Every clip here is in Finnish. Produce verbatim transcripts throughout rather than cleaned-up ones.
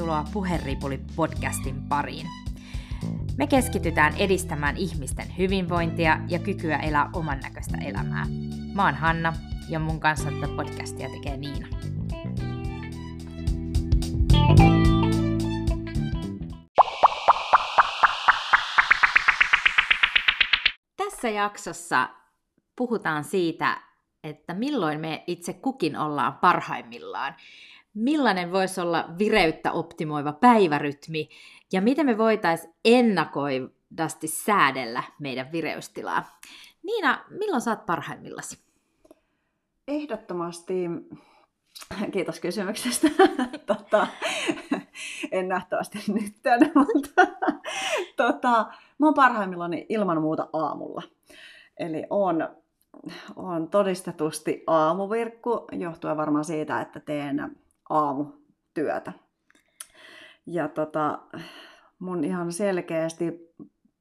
tervetuloa Puheripuli-podcastin pariin. Me keskitytään edistämään ihmisten hyvinvointia ja kykyä elää oman näköistä elämää. Mä oon Hanna ja mun kanssa tätä podcastia tekee Niina. Tässä jaksossa puhutaan siitä, että milloin me itse kukin ollaan parhaimmillaan, millainen voisi olla vireyttä optimoiva päivärytmi ja miten me voitaisiin ennakoivasti säädellä meidän vireystilaa. Niina, milloin sä oot parhaimmillasi? Ehdottomasti, kiitos kysymyksestä, tota, en nähtävästi nyt, mutta tota, mä oon parhaimmillani ilman muuta aamulla. Eli on, on todistetusti aamuvirkku, johtuen varmaan siitä, että teen aamutyötä. Ja tota, mun ihan selkeästi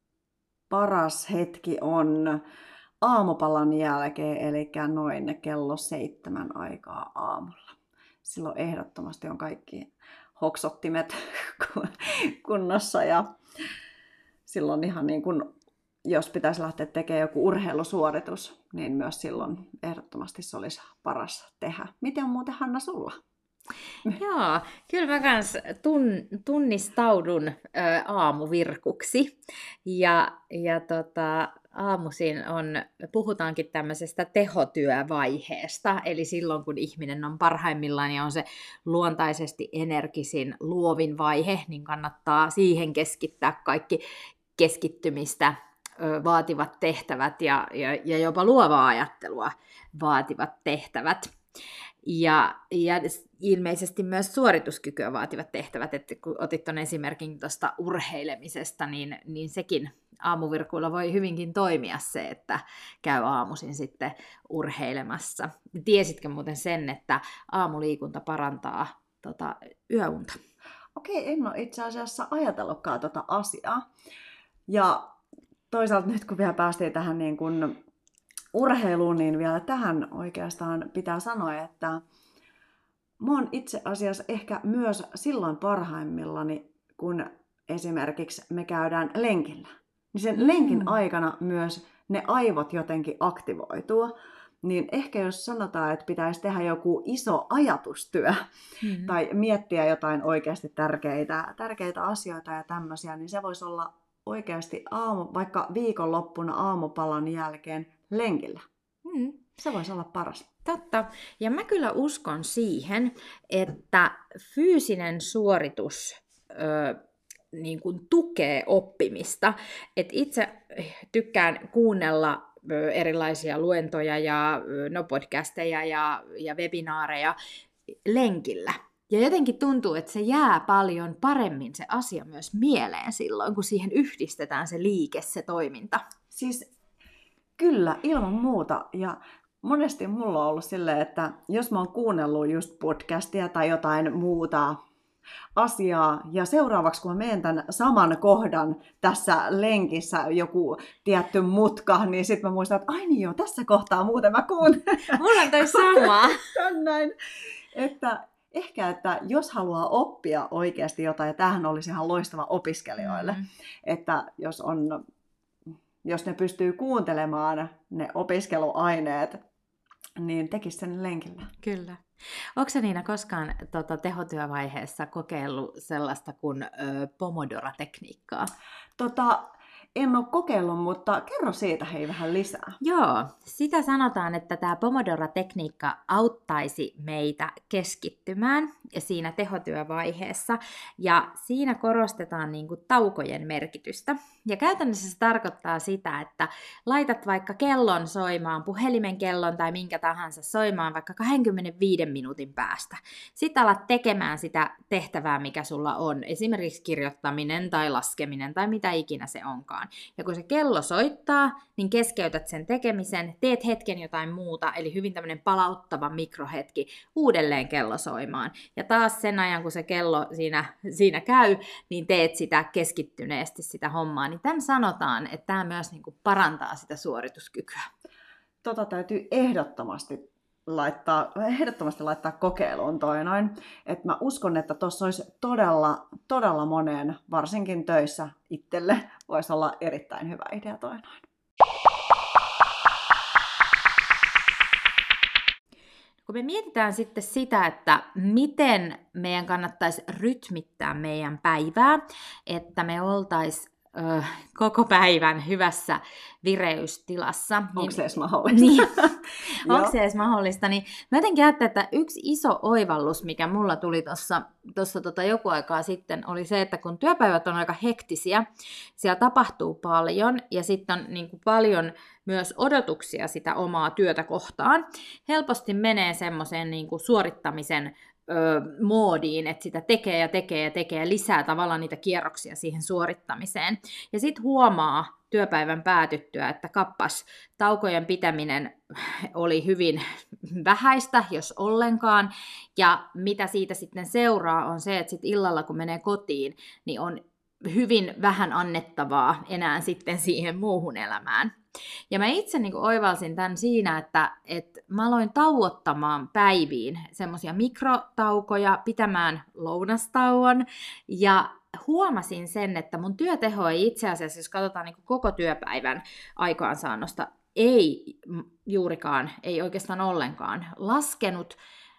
paras hetki on aamupalan jälkeen, eli noin kello seitsemän aikaa aamulla. Silloin ehdottomasti on kaikki hoksottimet kunnossa ja silloin ihan niin kuin, jos pitäisi lähteä tekemään joku urheilusuoritus, niin myös silloin ehdottomasti se olisi paras tehdä. Miten on muuten, Hanna, sulla? Joo, kyllä mä kans tun, tunnistaudun ä, aamuvirkuksi ja, ja tota, aamuisin on, puhutaankin tämmöisestä tehotyövaiheesta, eli silloin kun ihminen on parhaimmillaan ja on se luontaisesti energisin luovin vaihe, niin kannattaa siihen keskittää kaikki keskittymistä ö, vaativat tehtävät ja, ja, ja jopa luovaa ajattelua vaativat tehtävät. Ja, ja ilmeisesti myös suorituskykyä vaativat tehtävät, että kun otit tuon esimerkin tuosta urheilemisesta, niin, niin sekin aamuvirkuilla voi hyvinkin toimia se, että käy aamuisin sitten urheilemassa. Tiesitkö muuten sen, että aamuliikunta parantaa tota, yöunta? Okei, en ole itse asiassa ajatellutkaan tuota asiaa. Ja toisaalta nyt kun vielä päästiin tähän niin kuin urheiluun, niin vielä tähän oikeastaan pitää sanoa, että mä oon itse asiassa ehkä myös silloin parhaimmillani, kun esimerkiksi me käydään lenkillä. Niin sen lenkin aikana myös ne aivot jotenkin aktivoituu. Niin ehkä jos sanotaan, että pitäisi tehdä joku iso ajatustyö mm-hmm. tai miettiä jotain oikeasti tärkeitä, tärkeitä asioita ja tämmöisiä, niin se voisi olla oikeasti aamu, vaikka viikonloppuna aamupalan jälkeen lenkillä. Mm. Se voisi olla paras. Totta. Ja mä kyllä uskon siihen, että fyysinen suoritus ö, niin kuin tukee oppimista. Et itse tykkään kuunnella ö, erilaisia luentoja ja no, podcasteja ja, ja webinaareja lenkillä. Ja jotenkin tuntuu, että se jää paljon paremmin se asia myös mieleen silloin, kun siihen yhdistetään se liike, se toiminta. Siis kyllä, ilman muuta. Ja monesti mulla on ollut silleen, että jos mä oon kuunnellut just podcastia tai jotain muuta asiaa, ja seuraavaksi kun mä menen tämän saman kohdan tässä lenkissä, joku tietty mutka, niin sitten mä muistan, että ai niin joo, tässä kohtaa muuten mä kuuntelen. Mulla on toi sama. Näin. Että ehkä, että jos haluaa oppia oikeasti jotain, ja tämähän olisi ihan loistava opiskelijoille, mm. että jos, on, jos ne pystyy kuuntelemaan ne opiskeluaineet, niin tekisi sen lenkillä. Kyllä. Onko sä, Niina, koskaan tota, tehotyövaiheessa kokeillut sellaista kuin ö, Pomodoro-tekniikkaa? Tota, en ole kokeillut, mutta kerro siitä hei vähän lisää. Joo, sitä sanotaan, että tämä Pomodoro-tekniikka auttaisi meitä keskittymään ja siinä tehotyövaiheessa. Ja siinä korostetaan niin kuin taukojen merkitystä. Ja käytännössä se tarkoittaa sitä, että laitat vaikka kellon soimaan, puhelimen kellon tai minkä tahansa soimaan vaikka kaksikymmentäviisi minuutin päästä. Sitten alat tekemään sitä tehtävää, mikä sulla on. Esimerkiksi kirjoittaminen tai laskeminen tai mitä ikinä se onkaan. Ja kun se kello soittaa, niin keskeytät sen tekemisen, teet hetken jotain muuta, eli hyvin tämmöinen palauttava mikrohetki, uudelleen kello soimaan. Ja taas sen ajan, kun se kello siinä, siinä käy, niin teet sitä keskittyneesti sitä hommaa. Niin tämän sanotaan, että tämä myös niin kuin parantaa sitä suorituskykyä. Tota täytyy ehdottomasti laittaa, ehdottomasti laittaa kokeiluun toi noin. Et mä uskon, että tuossa olisi todella, todella moneen, varsinkin töissä itselle, voisi olla erittäin hyvä idea toi noin. Kun me mietitään sitten sitä, että miten meidän kannattaisi rytmittää meidän päivää, että me oltaisiin ö, koko päivän hyvässä vireystilassa. Onko niin, se edes mahdollista? Niin, onko se edes mahdollista? Niin mä jotenkin ajattelin, että yksi iso oivallus, mikä mulla tuli tuossa tota joku aikaa sitten, oli se, että kun työpäivät on aika hektisiä, siellä tapahtuu paljon ja sitten on niin kuin paljon myös odotuksia sitä omaa työtä kohtaan, helposti menee semmoiseen niin kuin suorittamisen Ö, moodiin, että sitä tekee ja tekee ja tekee ja lisää tavallaan niitä kierroksia siihen suorittamiseen. Ja sitten huomaa työpäivän päätyttyä, että kappas, taukojen pitäminen oli hyvin vähäistä, jos ollenkaan. Ja mitä siitä sitten seuraa on se, että sit illalla kun menee kotiin, niin on hyvin vähän annettavaa enää sitten siihen muuhun elämään. Ja mä itse niin kuin oivalsin tämän siinä, että, että mä aloin tauottamaan päiviin semmoisia mikrotaukoja, pitämään lounastauon ja huomasin sen, että mun työteho ei itse asiassa, jos katsotaan niin kuin koko työpäivän aikaansaannosta, ei juurikaan, ei oikeastaan ollenkaan laskenut.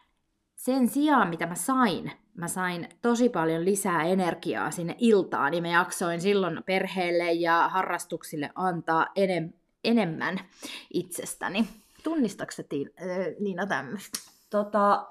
Sen sijaan, mitä mä sain, mä sain tosi paljon lisää energiaa sinne iltaan, niin mä jaksoin silloin perheelle ja harrastuksille antaa enem- enemmän itsestäni. Tunnistatko sä, Niina, tämmöistä? Tota,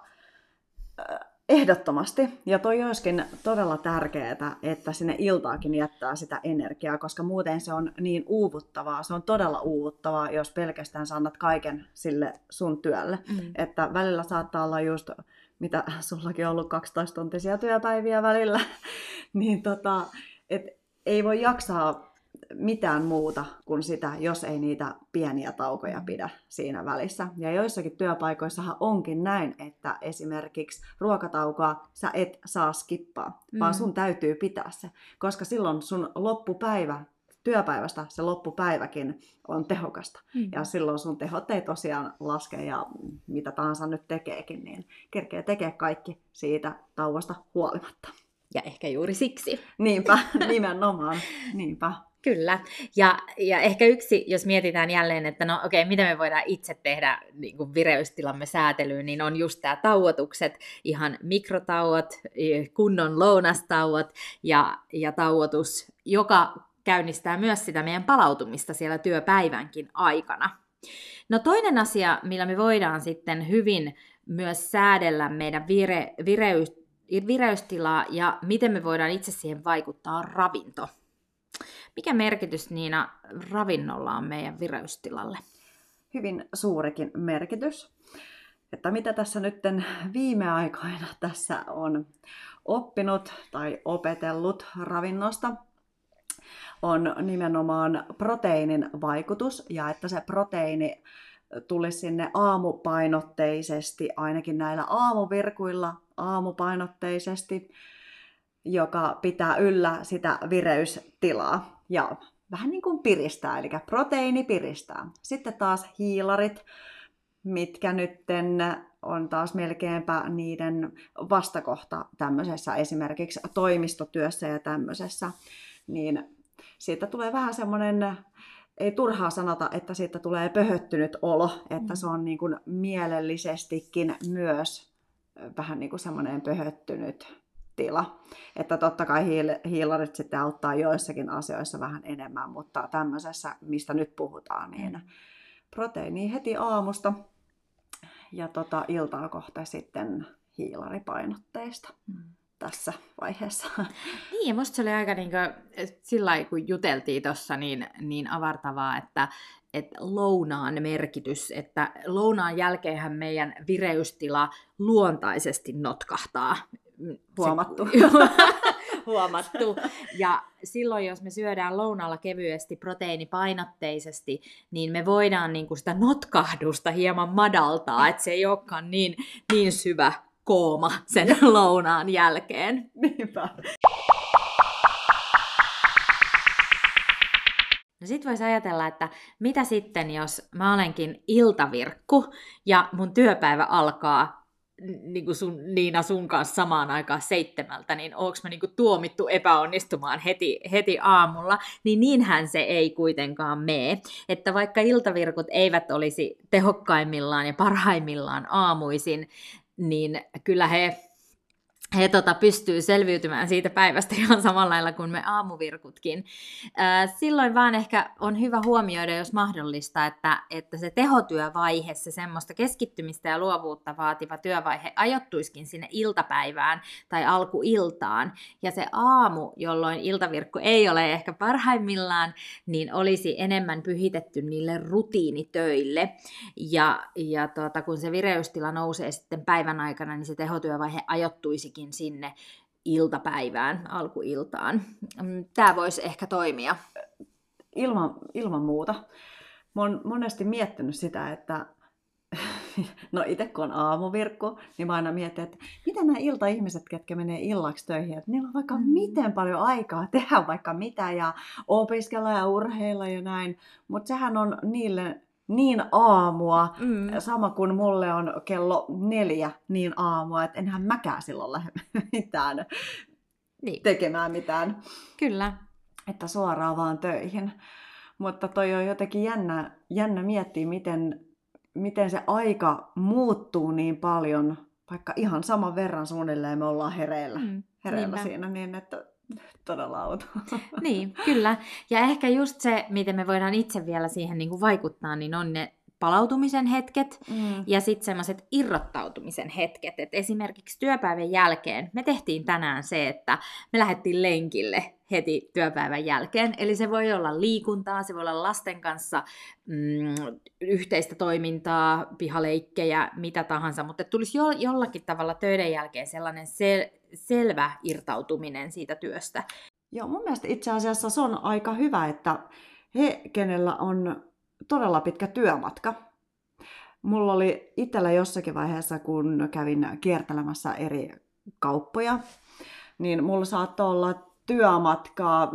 ehdottomasti. Ja toi olisikin todella tärkeää, että sinne iltaakin jättää sitä energiaa, koska muuten se on niin uuvuttavaa. Se on todella uuvuttavaa, jos pelkästään sä annat kaiken sille sun työlle. Mm. Että välillä saattaa olla just, mitä sullakin on ollut kaksitoista-tuntisia työpäiviä välillä, niin tota, et ei voi jaksaa mitään muuta kuin sitä, jos ei niitä pieniä taukoja pidä siinä välissä. Ja joissakin työpaikoissahan onkin näin, että esimerkiksi ruokataukoa sä et saa skippaa, mm. vaan sun täytyy pitää se, koska silloin sun loppupäivä, työpäivästä se loppupäiväkin on tehokasta. Mm. Ja silloin sun tehot ei tosiaan laske ja mitä tahansa nyt tekeekin, niin kerkee tekee kaikki siitä tauosta huolimatta. Ja ehkä juuri siksi. Niinpä, nimenomaan, niinpä. Kyllä. Ja, ja ehkä yksi, jos mietitään jälleen, että no okei, mitä me voidaan itse tehdä niin kuin vireystilamme säätelyyn, niin on just tämä tauotukset, ihan mikrotauot, kunnon lounastauot ja, ja tauotus, joka käynnistää myös sitä meidän palautumista siellä työpäivänkin aikana. No toinen asia, millä me voidaan sitten hyvin myös säädellä meidän vire, vireys, vireystilaa ja miten me voidaan itse siihen vaikuttaa, on ravinto. Mikä merkitys, Niina, ravinnolla on meidän vireystilalle? Hyvin suurikin merkitys. Että mitä tässä nyt viime aikoina tässä on oppinut tai opetellut ravinnosta, on nimenomaan proteiinin vaikutus ja että se proteiini tulisi sinne aamupainotteisesti, ainakin näillä aamuvirkuilla aamupainotteisesti, joka pitää yllä sitä vireystilaa ja vähän niin kuin piristää, eli proteiini piristää. Sitten taas hiilarit, mitkä nytten on taas melkeinpä niiden vastakohta tämmöisessä esimerkiksi toimistotyössä ja tämmöisessä, niin siitä tulee vähän semmoinen, ei turhaa sanota, että siitä tulee pöhöttynyt olo, että se on niin kuin mielellisestikin myös vähän niin kuin semmoinen pöhöttynyt tila. Että totta kai hiilarit sitten auttaa joissakin asioissa vähän enemmän, mutta tämmöisessä, mistä nyt puhutaan, niin proteiini heti aamusta ja tota iltaa kohta sitten hiilaripainotteista mm. tässä vaiheessa. Niin, ja musta se oli aika niin kuin, sillä lailla, kun juteltiin tuossa, niin, niin avartavaa, että että lounaan merkitys, että lounaan jälkeenhän meidän vireystila luontaisesti notkahtaa. Huomattu. Huomattu. Ja silloin, jos me syödään lounaalla kevyesti, proteiinipainotteisesti, niin me voidaan niin kuin sitä notkahdusta hieman madaltaa, että se ei olekaan niin, niin syvä kooma sen lounaan jälkeen. Niinpä. No sit voisi ajatella, että mitä sitten, jos mä olenkin iltavirkku ja mun työpäivä alkaa niin kuin sun, Niina sun kanssa samaan aikaan seitsemältä, niin onko mä niin kuin tuomittu epäonnistumaan heti, heti aamulla, niin niinhän se ei kuitenkaan mene. Että vaikka iltavirkut eivät olisi tehokkaimmillaan ja parhaimmillaan aamuisin, niin kyllä he he tota, pystyy selviytymään siitä päivästä ihan samalla lailla kuin me aamuvirkutkin. Silloin vaan ehkä on hyvä huomioida, jos mahdollista, että, että se tehotyövaihe, se semmoista keskittymistä ja luovuutta vaativa työvaihe ajoittuisikin sinne iltapäivään tai alkuiltaan. Ja se aamu, jolloin iltavirkku ei ole ehkä parhaimmillaan, niin olisi enemmän pyhitetty niille rutiinitöille. Ja, ja tota, kun se vireystila nousee sitten päivän aikana, niin se tehotyövaihe ajoittuisikin sinne iltapäivään, alkuiltaan. Tämä voisi ehkä toimia. Ilman, ilman muuta. Mä oon monesti miettinyt sitä, että no itse kun on aamuvirkku, niin mä aina mietin, että miten nämä iltaihmiset, ketkä menee illaksi töihin, että niillä on vaikka mm. miten paljon aikaa tehdä vaikka mitä ja opiskella ja urheilla ja näin, mutta sehän on niille niin aamua, mm. sama kuin mulle on kello neljä niin aamua, että enhän mäkään silloin lähde mitään niin. tekemään mitään. Kyllä. Että suoraan vaan töihin. Mutta toi on jotenkin jännä, jännä miettiä, miten, miten se aika muuttuu niin paljon, vaikka ihan saman verran suunnilleen me ollaan hereillä, mm. hereillä siinä, niin että todella outo. Niin, kyllä. Ja ehkä just se, miten me voidaan itse vielä siihen niin kuin vaikuttaa, niin on ne palautumisen hetket mm. ja sitten semmoiset irrottautumisen hetket. Et esimerkiksi työpäivän jälkeen me tehtiin tänään se, että me lähdettiin lenkille heti työpäivän jälkeen. Eli se voi olla liikuntaa, se voi olla lasten kanssa mm, yhteistä toimintaa, pihaleikkejä, mitä tahansa, mutta tulisi jo, jollakin tavalla töiden jälkeen sellainen sel- selvä irtautuminen siitä työstä. Joo, mun mielestä itse asiassa se on aika hyvä, että he, kenellä on todella pitkä työmatka. Mulla oli itsellä jossakin vaiheessa, kun kävin kiertelemässä eri kauppoja, niin mulla saattoi olla työmatkaa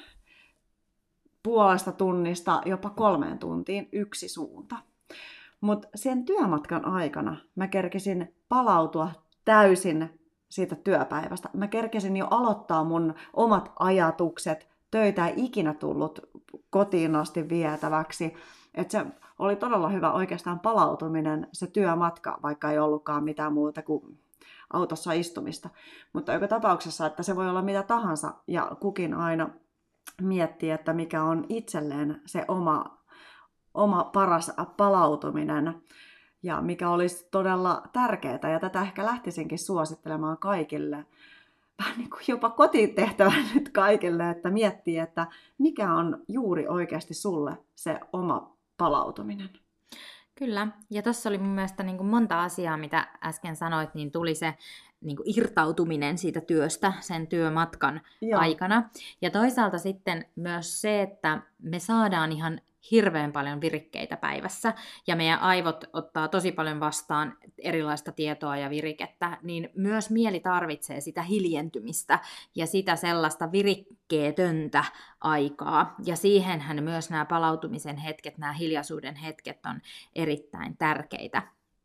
puolesta tunnista jopa kolmeen tuntiin yksi suunta. Mutta sen työmatkan aikana mä kerkesin palautua täysin siitä työpäivästä. Mä kerkesin jo aloittaa mun omat ajatukset. Töitä ei ikinä tullut kotiin asti vietäväksi. Et se oli todella hyvä oikeastaan palautuminen, se työmatka, vaikka ei ollutkaan mitään muuta kuin autossa istumista. Mutta joka tapauksessa, että se voi olla mitä tahansa ja kukin aina miettii, että mikä on itselleen se oma, oma paras palautuminen ja mikä olisi todella tärkeää. Ja tätä ehkä lähtisinkin suosittelemaan kaikille, vähän niin kuin jopa kotitehtävä nyt kaikille, että miettii, että mikä on juuri oikeasti sulle se oma palautuminen. Kyllä, ja tuossa oli mun mielestä niin kuin monta asiaa, mitä äsken sanoit, niin tuli se niin kuin irtautuminen siitä työstä sen työmatkan Joo. aikana. Ja toisaalta sitten myös se, että me saadaan ihan hirveän paljon virikkeitä päivässä, ja meidän aivot ottaa tosi paljon vastaan erilaista tietoa ja virikettä, niin myös mieli tarvitsee sitä hiljentymistä ja sitä sellaista virikkeetöntä aikaa. Ja siihenhän myös nämä palautumisen hetket, nämä hiljaisuuden hetket on erittäin tärkeitä.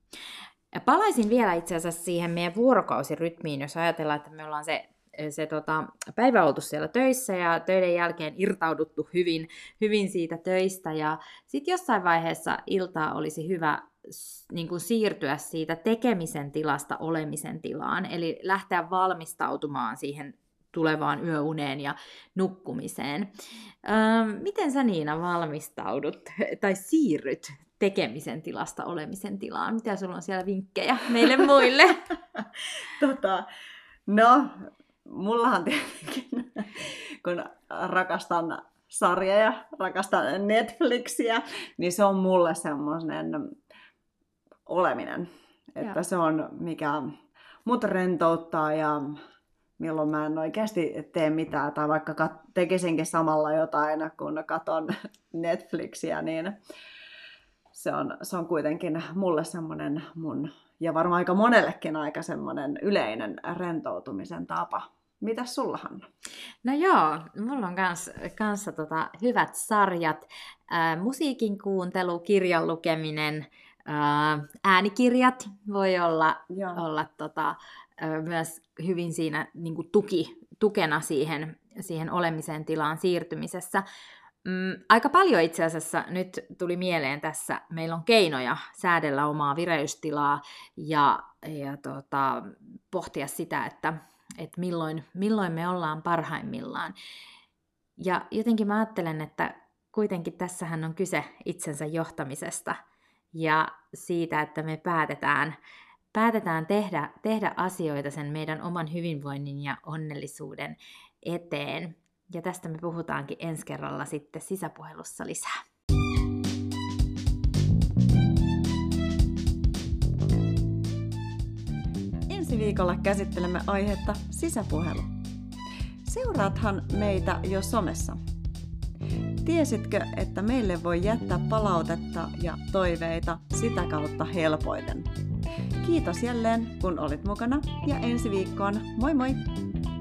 Ja palaisin vielä itse asiassa siihen meidän vuorokausirytmiin, jos ajatellaan, että me ollaan se se tota, päivä oltu siellä töissä ja töiden jälkeen irtauduttu hyvin, hyvin siitä töistä. Ja sitten jossain vaiheessa iltaa olisi hyvä niin kuin siirtyä siitä tekemisen tilasta olemisen tilaan. Eli lähteä valmistautumaan siihen tulevaan yöuneen ja nukkumiseen. Öö, miten sä, Niina, valmistaudut tai siirryt tekemisen tilasta olemisen tilaan? Mitä sulla on siellä vinkkejä meille muille? tota, no... Mullahan tietenkin, kun rakastan sarjoja, rakastan Netflixiä, niin se on mulle semmoinen oleminen. Että Joo. se on mikä mut rentouttaa ja milloin mä en oikeasti tee mitään. Tai vaikka kat- tekisinkin samalla jotain, kun katon Netflixiä, niin se on, se on kuitenkin mulle semmoinen mun... Ja varmaan aika monellekin aika semmoinen yleinen rentoutumisen tapa. Mitäs sulla, Hanna? No joo, mulla on kans, kanssa tota hyvät sarjat. Ää, musiikin kuuntelu, kirjan lukeminen, ää, äänikirjat voi olla, olla tota, ää, myös hyvin siinä niin kuin tuki, tukena siihen, siihen olemisen tilaan siirtymisessä. Mm, aika paljon itse asiassa nyt tuli mieleen tässä, meillä on keinoja säädellä omaa vireystilaa ja, ja tota, pohtia sitä, että että milloin, milloin me ollaan parhaimmillaan. Ja jotenkin mä ajattelen, että kuitenkin tässähän on kyse itsensä johtamisesta ja siitä, että me päätetään, päätetään tehdä, tehdä asioita sen meidän oman hyvinvoinnin ja onnellisuuden eteen. Ja tästä me puhutaankin ensi kerralla sitten sisäpuhelussa lisää. Ensi viikolla käsittelemme aihetta sisäpuhelu. Seuraathan meitä jo somessa. Tiesitkö, että meille voi jättää palautetta ja toiveita sitä kautta helpoiten? Kiitos jälleen, kun olit mukana ja ensi viikkoon. Moi moi!